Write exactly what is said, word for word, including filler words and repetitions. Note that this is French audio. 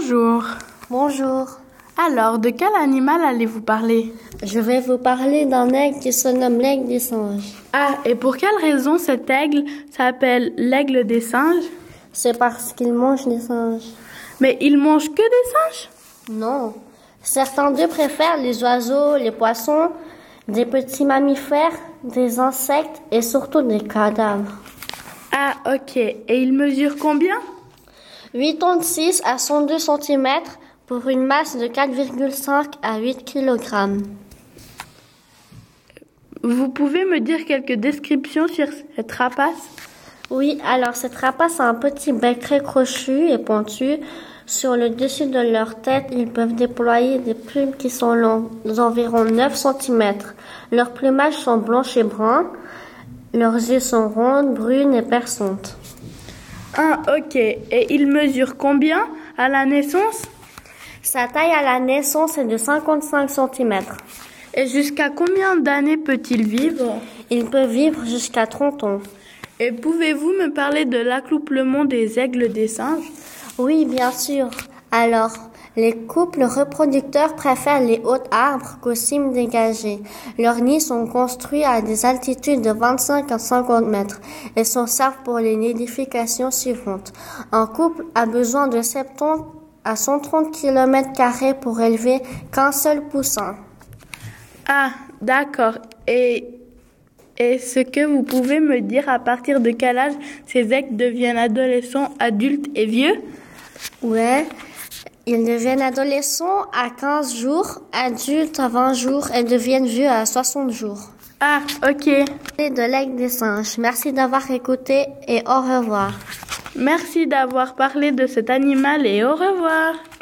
Bonjour. Bonjour. Alors, de quel animal allez-vous parler? Je vais vous parler d'un aigle qui se nomme l'aigle des singes. Ah, et pour quelle raison cet aigle s'appelle l'aigle des singes? C'est parce qu'il mange des singes. Mais il mange que des singes? Non. Certains d'eux préfèrent les oiseaux, les poissons, des petits mammifères, des insectes et surtout des cadavres. Ah, ok. Et il mesure combien? quatre-vingt-six à cent deux centimètres pour une masse de quatre virgule cinq à huit kilogrammes. Vous pouvez me dire quelques descriptions sur cette rapace? Oui, alors cette rapace a un petit bec très crochu et pointu. Sur le dessus de leur tête, ils peuvent déployer des plumes qui sont longues d'environ neuf centimètres. Leurs plumages sont blancs et bruns. Leurs yeux sont rondes, brunes et perçantes. Ah, ok. Et il mesure combien à la naissance? Sa taille à la naissance est de cinquante-cinq centimètres. Et jusqu'à combien d'années peut-il vivre? Il peut vivre jusqu'à trente ans. Et pouvez-vous me parler de l'accouplement des aigles des singes? Oui, bien sûr. Alors, les couples reproducteurs préfèrent les hauts arbres qu'aux cimes dégagées. Leurs nids sont construits à des altitudes de vingt-cinq à cinquante mètres et s'en servent pour les nidifications suivantes. Un couple a besoin de soixante à cent trente kilomètres carrés pour élever qu'un seul poussin. Ah, d'accord. Et est-ce que vous pouvez me dire à partir de quel âge ces aigles deviennent adolescents, adultes et vieux? Ouais, ils deviennent adolescents à quinze jours, adultes à vingt jours et deviennent vieux à soixante jours. Ah, ok. C'est de l'aigle des singes. Merci d'avoir écouté et au revoir. Merci d'avoir parlé de cet animal et au revoir.